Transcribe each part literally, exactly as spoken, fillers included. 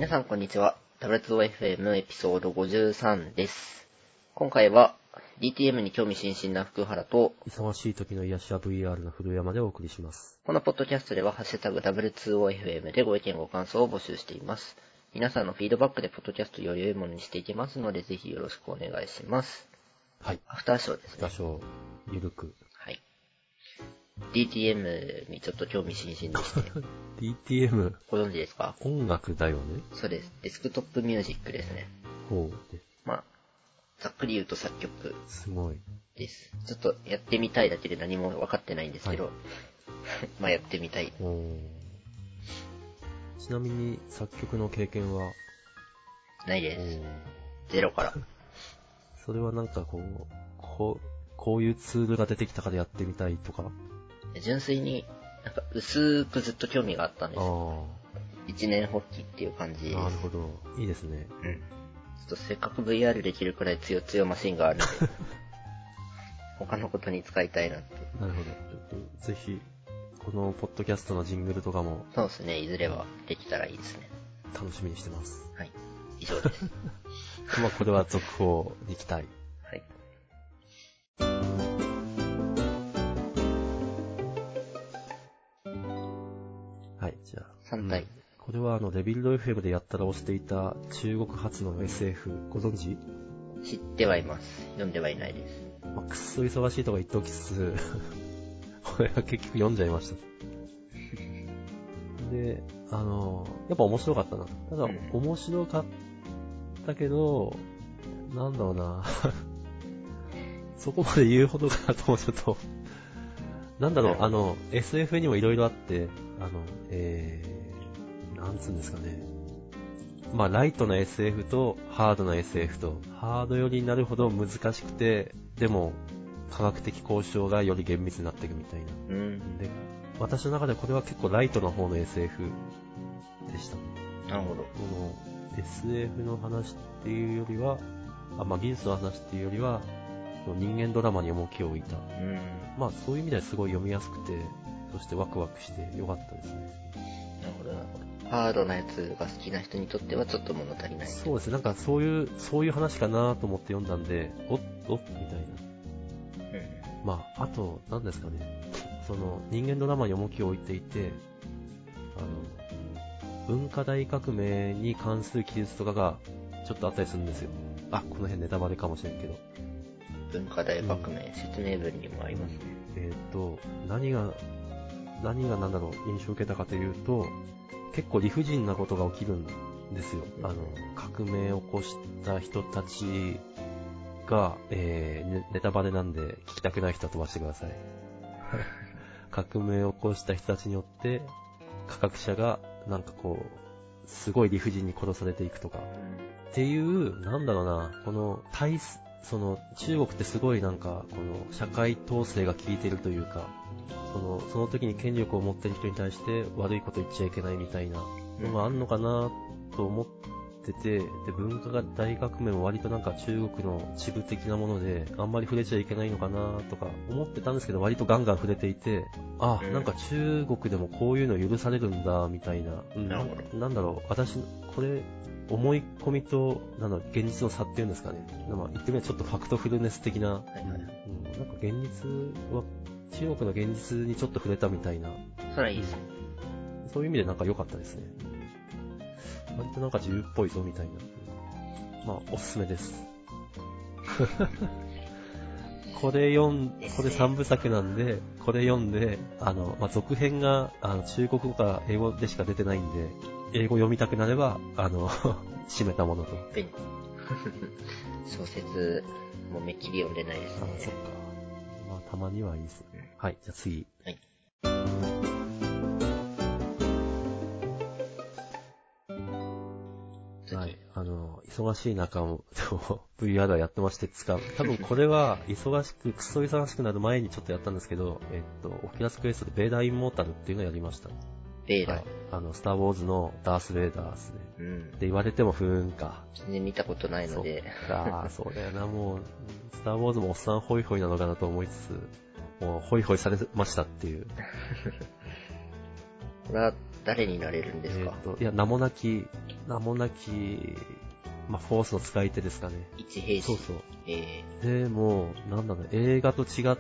皆さんこんにちは。ダブリューツーオーエフエム エピソードごじゅうさんです。今回は ディーティーエム に興味津々な福原と忙しい時の癒しは ブイアール の古山でお送りします。 このポッドキャストではハッシュタグ ダブリューツーオーエフエム でご意見ご感想を募集しています。皆さんのフィードバックでポッドキャストより良いものにしていきますのでぜひよろしくお願いします。 はい。 アフターショーですね。 アフターショー、ゆるく。 はい。ディーティーエム にちょっと興味津々でして。 ディーティーエム? ご存知ですか？ 音楽だよね。 そうです。デスクトップミュージックですね。 ほうで。 まあ、ざっくり言うと作曲。 すごい。 です。ちょっとやってみたいだけで何も分かってないんですけど、はい、まあやってみたい。 ちなみに作曲の経験はないです。ゼロから。 それはなんかこう、こう、こういうツールが出てきたからやってみたいとか？ 純粋になんか薄くずっと興味があったんですよ。一年発起っていう感じです。 なるほど。いいですね。 うん。ちょっとせっかく ブイアール できるくらい強強マシンがあるんで、他のことに使いたいなって。 なるほど。ちょっとぜひ、このポッドキャストのジングルとかも。 そうですね。いずれはできたらいいですね。 楽しみにしてます。 はい。以上です。 まあこれは続報に期待。 はい。 はい、じゃあ。 さんたい。うん、 これはあの、レビルド エフエム でやったら押していた中国発の エスエフ、ご存知？ 知ってはいます。読んではいないです。 まあ、くっそ忙しいとか言っておきつつ、これは結局読んじゃいました。で、あの、やっぱ面白かったな。ただ、うん、面白かったけど、なんだろうな。そこまで言うほどかなと思うちょっと、なんだろう、あの、エスエフ にもいろいろあって、あの、えー、なんつうんですかね。まあ、ライトな エスエフ とハードな エスエフ と、ハード寄りになるほど難しくて、でも、科学的交渉がより厳密になっていくみたいな。 うん、 で、私の中でこれは結構ライトな方の エスエフ でした。 なるほど。 この エスエフ の話っていうよりは、あ、まあ、技術の話っていうよりは、人間ドラマに重きを置いた。うん、まあそういう意味ではすごい読みやすくて、そしてワクワクしてよかったですね。 なるほどなるほど。ハードなやつが好きな人にとってはちょっと物足りない。 そうですね。なんかそういう、そういう話かなと思って読んだんで、おっおっみたいな。うん。まあ、あと、何ですかね。その、人間ドラマに重きを置いていて、あの、文化大革命に関する記述とかがちょっとあったりするんですよ。あ、この辺ネタバレかもしれんけど。 文化大革命、うん、説明文にもありますね。 えっと、何が、何がなんだろう、印象を受けたかというと、結構理不尽なことが起きるんですよ。あの、革命を起こした人たちが、えー、ネタバレなんで聞きたくない人は飛ばしてください。革命を起こした人たちによって、科学者が、なんかこう、すごい理不尽に殺されていくとか。っていう、なんだろうな、この、対、その、中国ってすごいなんか、この、社会統制が効いてるというか、その、その時に権力を持ってる人に対して悪いこと言っちゃいけないみたいなのがあんのかなと思ってて、で、文化大革命も割となんか中国の秩父的なもので、あんまり触れちゃいけないのかなとか思ってたんですけど、割とガンガン触れていて、あ、なんか中国でもこういうの許されるんだ、みたいな。うん、な, なんだろう、私、これ、思い込みと、なんだろう、現実の差っていうんですかね。まあ、言ってみればちょっとファクトフルネス的な、はいはい、うん、なんか現実は、中国の現実にちょっと触れたみたいな。 それはいいですね。 そういう意味でなんか良かったですね。割となんか自由っぽいぞみたいな。まあ、おすすめです。これ読ん、これ三部作なんで、これ読んで、あの、まあ、続編が、あの、中国語か英語でしか出てないんで、英語読みたくなれば、あの、締めたものと。 小説、もうめっきり読んでないですね。 ああ、そっか。まあ、たまにはいいですね。はい、じゃあ次。はい。はい。あの、忙しい中も、ブイアール はやってましてつか、多分これは、忙しく、くっそ忙しくなる前にちょっとやったんですけど、えっと、オキュラスクエストでベーダーインモータルっていうのをやりました。 ベーダー、 はい、あの、スターウォーズのダース・ベーダーですね。うん。で言われてもふーんか。 全然見たことないので。 ああ、そうだよな、もう、スターウォーズもおっさんホイホイなのかなと思いつつ、もうホイホイされましたっていう。 これは誰になれるんですか？ えっと、いや、名もなき、名もなき、まあ、フォースの使い手ですかね。 一兵士。 そうそう。 えでも、なんだろう、映画と違って、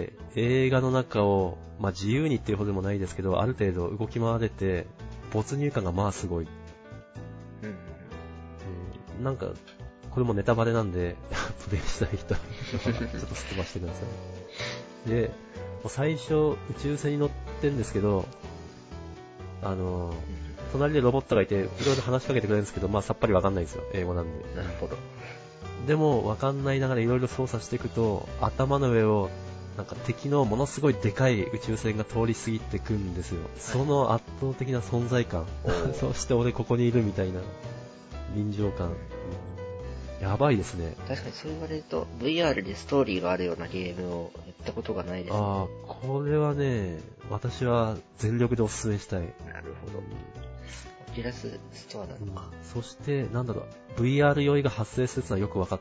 映画の中を、まあ、自由にっていうほどでもないですけど、ある程度動き回れて、没入感がまあすごい。 ー、うんうんうん、なんか、これもネタバレなんで、プレイしたい人は、ちょっとすっ飛ばしてください。で、最初、宇宙船に乗ってんですけど、あの、隣でロボットがいて、いろいろ話しかけてくれるんですけど、まあさっぱりわかんないんですよ、英語なんで。 なるほど。 でも、わかんないながらいろいろ操作していくと、頭の上を、なんか敵のものすごいでかい宇宙船が通り過ぎてくんですよ。その圧倒的な存在感。そして俺ここにいるみたいな臨場感。やばいですね。 確かにそう言われると ブイアール でストーリーがあるようなゲームをやったことがないですね。 ああ、これはね、私は全力でお勧めしたい。 なるほど。オキュラスストアなのか。 うん、そして、なんだろう、ブイアール 酔いが発生するのはよく分かった。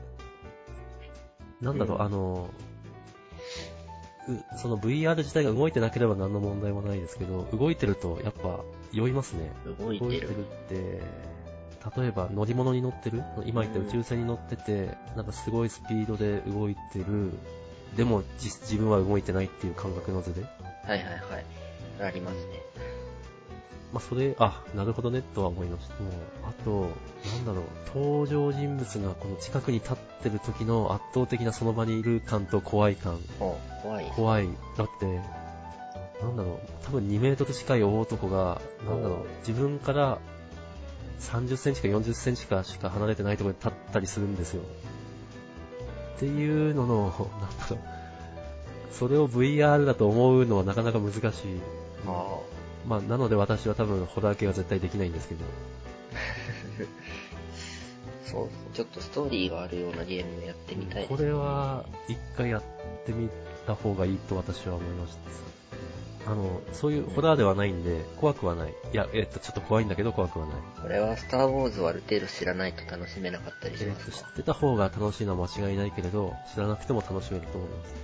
なんだろう、うん、あの、その ブイアール 自体が動いてなければ何の問題もないですけど、動いてるとやっぱ酔いますね。 動いてる。動いてるって、例えば乗り物に乗ってる、今言った宇宙船に乗ってて、なんかすごいスピードで動いてる、でも自分は動いてないっていう感覚の図で。 はいはいはい。ありますね。 まあそれ、あ、なるほどねとは思いました。もう、あと、なんだろう、登場人物がこの近くに立ってる時の圧倒的なその場にいる感と怖い感。 怖い。 怖い。だって、なんだろう、多分にメートル近い大男が、なんだろう、自分からさんじゅっセンチかよんじゅっセンチかしか離れてないところに立ったりするんですよ。っていうのの、なんだろう、それを ブイアール だと思うのはなかなか難しい。 あまあ、なので私は多分ホラー系は絶対できないんですけど。 そう、ちょっとストーリーがあるようなゲームをやってみたいです、ね。 これは一回やってみた方がいいと私は思いました。あの、そういうホラーではないんで、怖くはない。いや、えっと、ちょっと怖いんだけど怖くはない。 これはスターウォーズをある程度知らないと楽しめなかったりしますか？ えっと、知ってた方が楽しいのは間違いないけれど、知らなくても楽しめると思います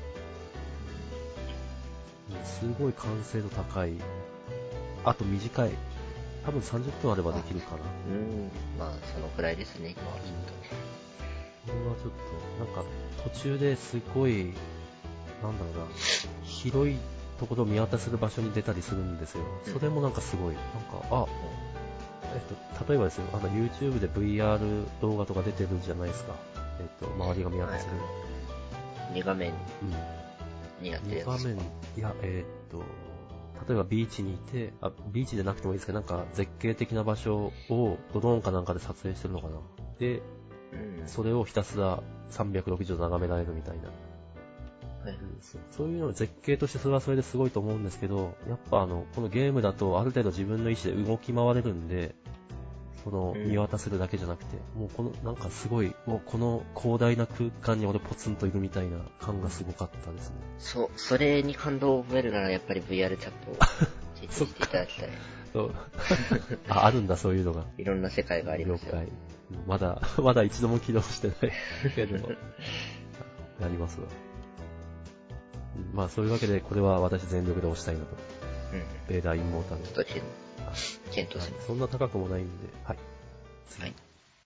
。すごい完成度高い。あと短い。多分さんじゅっぷんあればできるかな。 うん。まあ、そのくらいですね、今はきっと。これはちょっと、なんか、途中ですごい、なんだろうな、広いところを見渡せる場所に出たりするんですよ。それもなんかすごい。なんか、あ、えっと、例えばですよ、あの、YouTube で ブイアール 動画とか出てるじゃないですか。えっと、周りが見渡せる。 はい、に画面になってるやつ。 に画面、いや、えっと、例えばビーチにいて、あ、ビーチじゃなくてもいいですけど、なんか絶景的な場所をドローンかなんかで撮影してるのかな。で、うん、それをひたすらさんびゃくろくじゅうど眺められるみたいな。はい、そういうのを絶景としてそれはそれですごいと思うんですけど、やっぱあの、このゲームだとある程度自分の意思で動き回れるんで、その見渡せるだけじゃなくて、うん、もうこのなんかすごい、もうこの広大な空間に俺ポツンといるみたいな感がすごかったですね。 そう、それに感動を覚えるならやっぱり ブイアール チャットをチェックしていただきたい。 そうあ、あるんだそういうのが。 いろんな世界がありますよ。 了解。まだ、まだ一度も起動してないけど、やりますわ。まあそういうわけで、これは私全力で押したいなと。うん。ベーダーインモータル。 ちょっと検討します。 そんな高くもないんで、はい。 はい。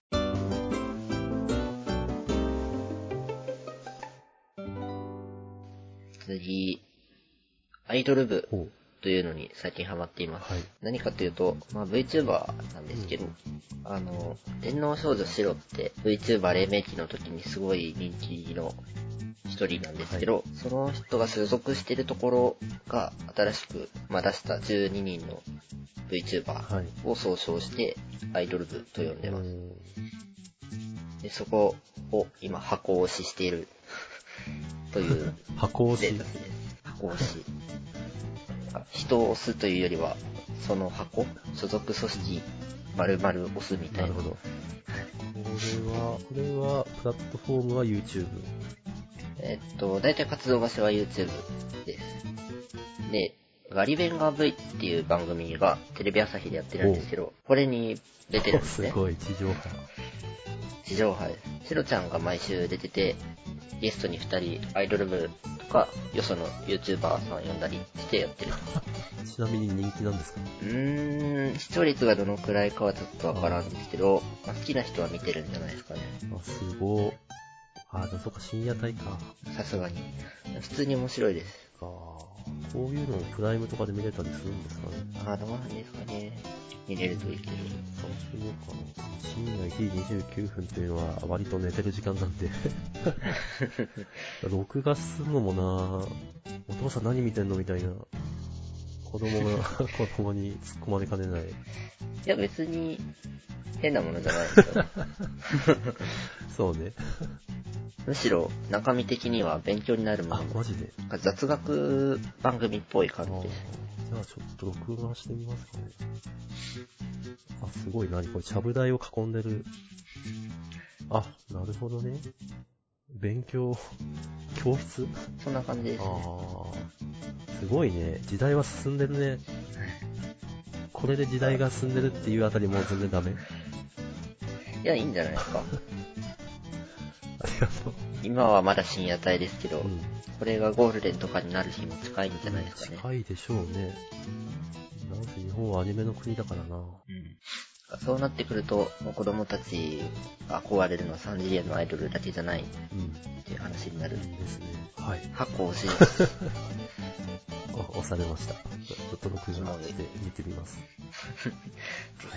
次、アイドル部というのに最近ハマっています。はい、何かというと、まあ VTuber なんですけど、うん、あの、電脳少女シロって VTuber 黎明期の時にすごい人気の一人なんですけど、はい、その人が所属しているところが新しく、まあ、出したじゅうににんの VTuber を総称してアイドル部と呼んでます。で、そこを今箱推ししているという箱推し箱推し。人を押すというよりは、その箱、所属組織、丸々押すみたいな。 なるほど。これは、これは、プラットフォームは YouTube。 えっと、だいたい活動場所は YouTube です。で、ガリベンガー V っていう番組がテレビ朝日でやってるんですけど、これに出てるんですね。 すごい、地上波。 地上波です。シロちゃんが毎週出てて、 ゲストにふたりアイドル部とか、よその YouTuber さん呼んだりしてやってる。 ちなみに人気なんですか？ うーん、視聴率がどのくらいかはちょっとわからんですけど、まあ、好きな人は見てるんじゃないですかね。 あ、すごい。あ、でもそっか、深夜帯か。 さすがに。普通に面白いです。 ああ、こういうのをプライムとかで見れたりするんですかね。 ああ、どうなんですかね。見れるといいけど。 探してみようかな。深夜いちじにじゅうきゅうふんというのは割と寝てる時間なんで。録画するのもな、お父さん何見てんのみたいな。子供が、子供に突っ込まれかねない。いや別に変なものじゃないですよ。 そうね。 むしろ中身的には勉強になるもの。 あ、マジで。 雑学番組っぽい感じです。 じゃあちょっと録画してみますかね。あ、すごい、何これ、ちゃぶ台を囲んでる。あ、なるほどね。勉強、教室？ そんな感じです、ね。 ああ、すごいね。時代は進んでるね。これで時代が進んでるっていうあたりもう全然ダメ？いや、いいんじゃないですか。 ありがとう。 今はまだ深夜帯ですけど、うん、これがゴールデンとかになる日も近いんじゃないですかね。 近いでしょうね。なんせ日本はアニメの国だからな。うん。 そうなってくると、もう子供たちが憧れるのはさん次元のアイドルだけじゃないっていう話になる。 うんですね。はい。 はっこ惜しいです。 押されました。ちょっと録画して見てみます。はい。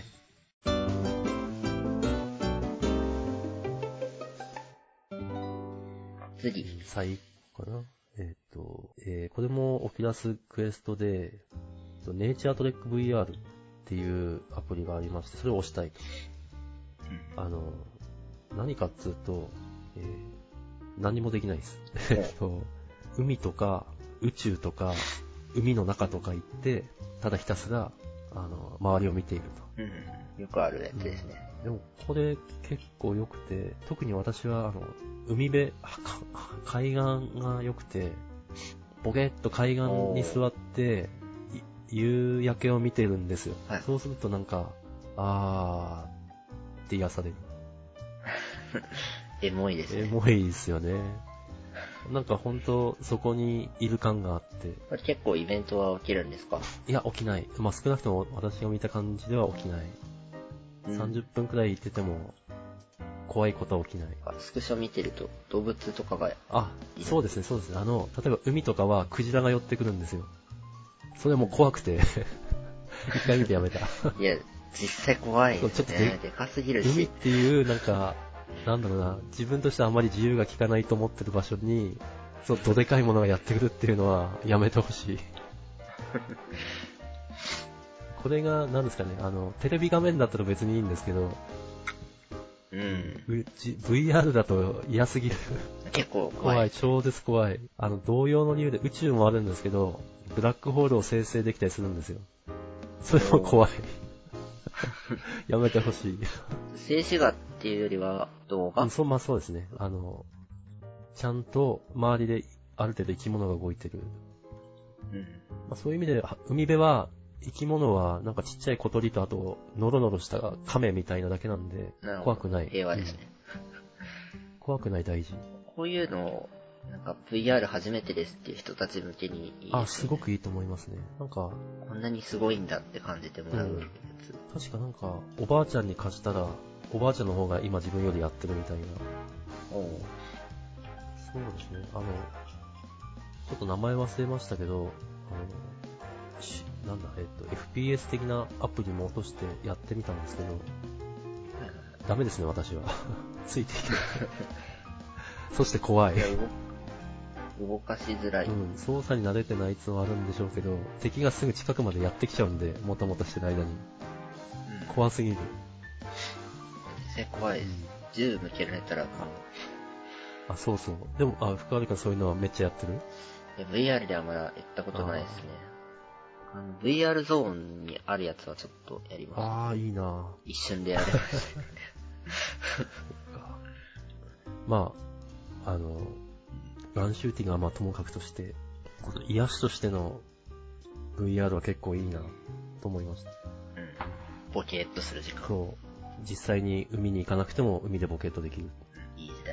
次。 最後かな。えっ、ー、と、えー、これもオキュラスクエストで、ネイチャートレック ブイアール っていうアプリがありまして、それを押したいと。うん、あの、何かっつうと、えー、何もできないです。えっと、海とか宇宙とか海の中とか行って、ただひたすら、あの、周りを見ていると。 うん、よくあるやつですね。 うん、でも、これ結構良くて、特に私は、あの、海辺、海岸が良くて、ボケっと海岸に座って、夕焼けを見てるんですよ。はい、そうするとなんか、あーって癒される。 エモいですね。 エモいですよね。なんか本当そこにいる感があって。 これ結構イベントは起きるんですか？ いや、起きない。まあ少なくとも私が見た感じでは起きない。うん、さんじゅっぷんくらい行ってても、怖いことは起きない。 スクショ見てると動物とかが。 あ、そうですね、そうですね。あの、例えば海とかはクジラが寄ってくるんですよ。それも怖くて、一回見てやめた。 いや、実際怖いですね。ちょっとで、でかすぎるし。 海っていう、なんか、なんだろうな、自分としてはあまり自由が利かないと思ってる場所に、そう、どでかいものがやってくるっていうのはやめてほしい。これが、なんですかね、あの、テレビ画面だったら別にいいんですけど、 うん。 うち ブイアール だと嫌すぎる。 結構怖い。 怖い、超絶怖い。あの、同様の理由で宇宙もあるんですけど、ブラックホールを生成できたりするんですよ。それも怖い。やめてほしい。 静止画っていうよりは動画、 うん、そう、まあそうですね。あの、ちゃんと周りである程度生き物が動いてる。うん。まあ、そういう意味で、海辺は、生き物はなんかちっちゃい小鳥とあと、ノロノロした亀みたいなだけなんで、怖くない。 平和ですね、 うん。怖くない、大事。 こういうのを、なんか ブイアール 初めてですっていう人たち向けにいいですね。 あ、すごくいいと思いますね。なんか、 こんなにすごいんだって感じてもらうやつ。 うん、確かなんか、おばあちゃんに貸したら、おばあちゃんの方が今自分よりやってるみたいな。おう。そうですね。あの、ちょっと名前忘れましたけど、あの、なんだ、えっと、エフピーエス 的なアプリも落としてやってみたんですけど、ダメですね、私は。ついていけない。そして怖い。 動かしづらい。 うん、操作に慣れてないってのはあるんでしょうけど、敵がすぐ近くまでやってきちゃうんで、もたもたしてる間に。うん、怖すぎる。 実際怖いです。うん、銃向けられたら、 あ、そうそう。でも、あ、福原君そういうのはめっちゃやってる？ いや、ブイアール ではまだやったことないですね。あの ブイアール ゾーンにあるやつはちょっとやります。 ああ、いいな。 一瞬でやれます。 まあ、あの、ガンシューティングはまあともかくとして、この癒しとしての ブイアール は結構いいなと思いました。 うん。ボケーっとする時間。 そう。実際に海に行かなくても海でボケーっとできる。 いい時代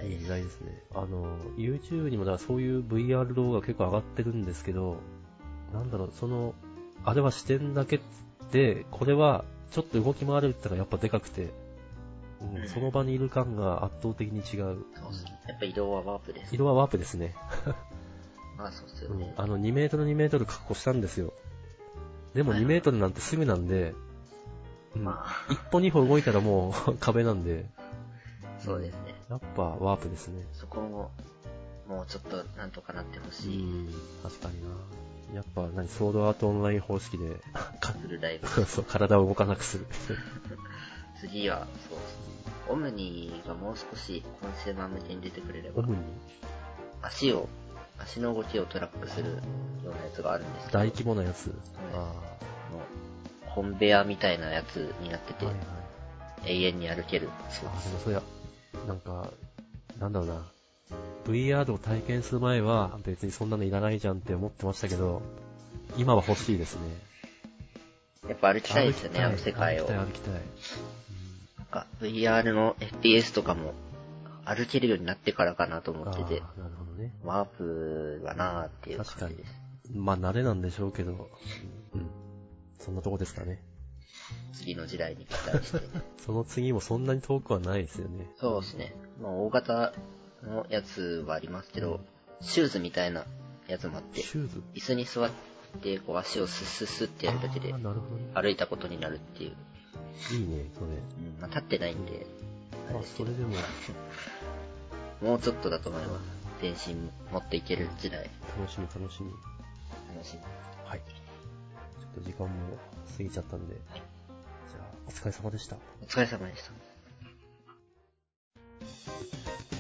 代です。 いい時代ですね。あの、YouTube にもだからそういう ブイアール 動画結構上がってるんですけど、なんだろう、その、あれは視点だけで、これはちょっと動き回れるってのがやっぱでかくて、うんうん、その場にいる感が圧倒的に違う。そうですね。やっぱ移動はワープです、ね。 移動はワープですね。 まあそうですよね、 うん。あのにメートルにメートル確保したんですよ。でもにメートルなんてすぐなんで、うん、まあ、一歩二歩動いたらもう壁なんで。 そうですね。 やっぱワープですね。 そこも、もうちょっとなんとかなってほしい。 うん、確かにな。やっぱ何、ソードアートオンライン方式で、 フルライブ。 そう、体を動かなくする。 次は、そうですね。オムニーがもう少しコンセーバー向けに出てくれれば。 オムニー足を、足の動きをトラックするようなやつがあるんですけど。 大規模なやつ。 あのコンベアみたいなやつになってて、はいはい、永遠に歩ける。 そうです。あ、でもそりゃ、なんか、なんだろうな。ブイアール を体験する前は別にそんなのいらないじゃんって思ってましたけど、今は欲しいですね。 やっぱ歩きたいですよね、あの世界を。 歩きたい、歩きたい。 なんか ブイアール の エフピーエス とかも歩けるようになってからかなと思ってて。 なるほどね。 ワープだなーっていう感じです。確かに。まあ慣れなんでしょうけど、うん。そんなとこですかね。 次の時代に期待して。 その次もそんなに遠くはないですよね。 そうですね。まあ大型のやつはありますけど、シューズみたいなやつもあって、 シューズ椅子に座ってこう足をスッスッスッってやるだけで歩いたことになるっていう。 いいね、それ。 うん、まあ立ってないんで。 まあそれでももうちょっとだと思います。全身持っていける時代。 楽しみ楽しみ。 楽しみ。 はい。ちょっと時間も過ぎちゃったんで。はい、じゃあお疲れ様でした。 お疲れ様でした。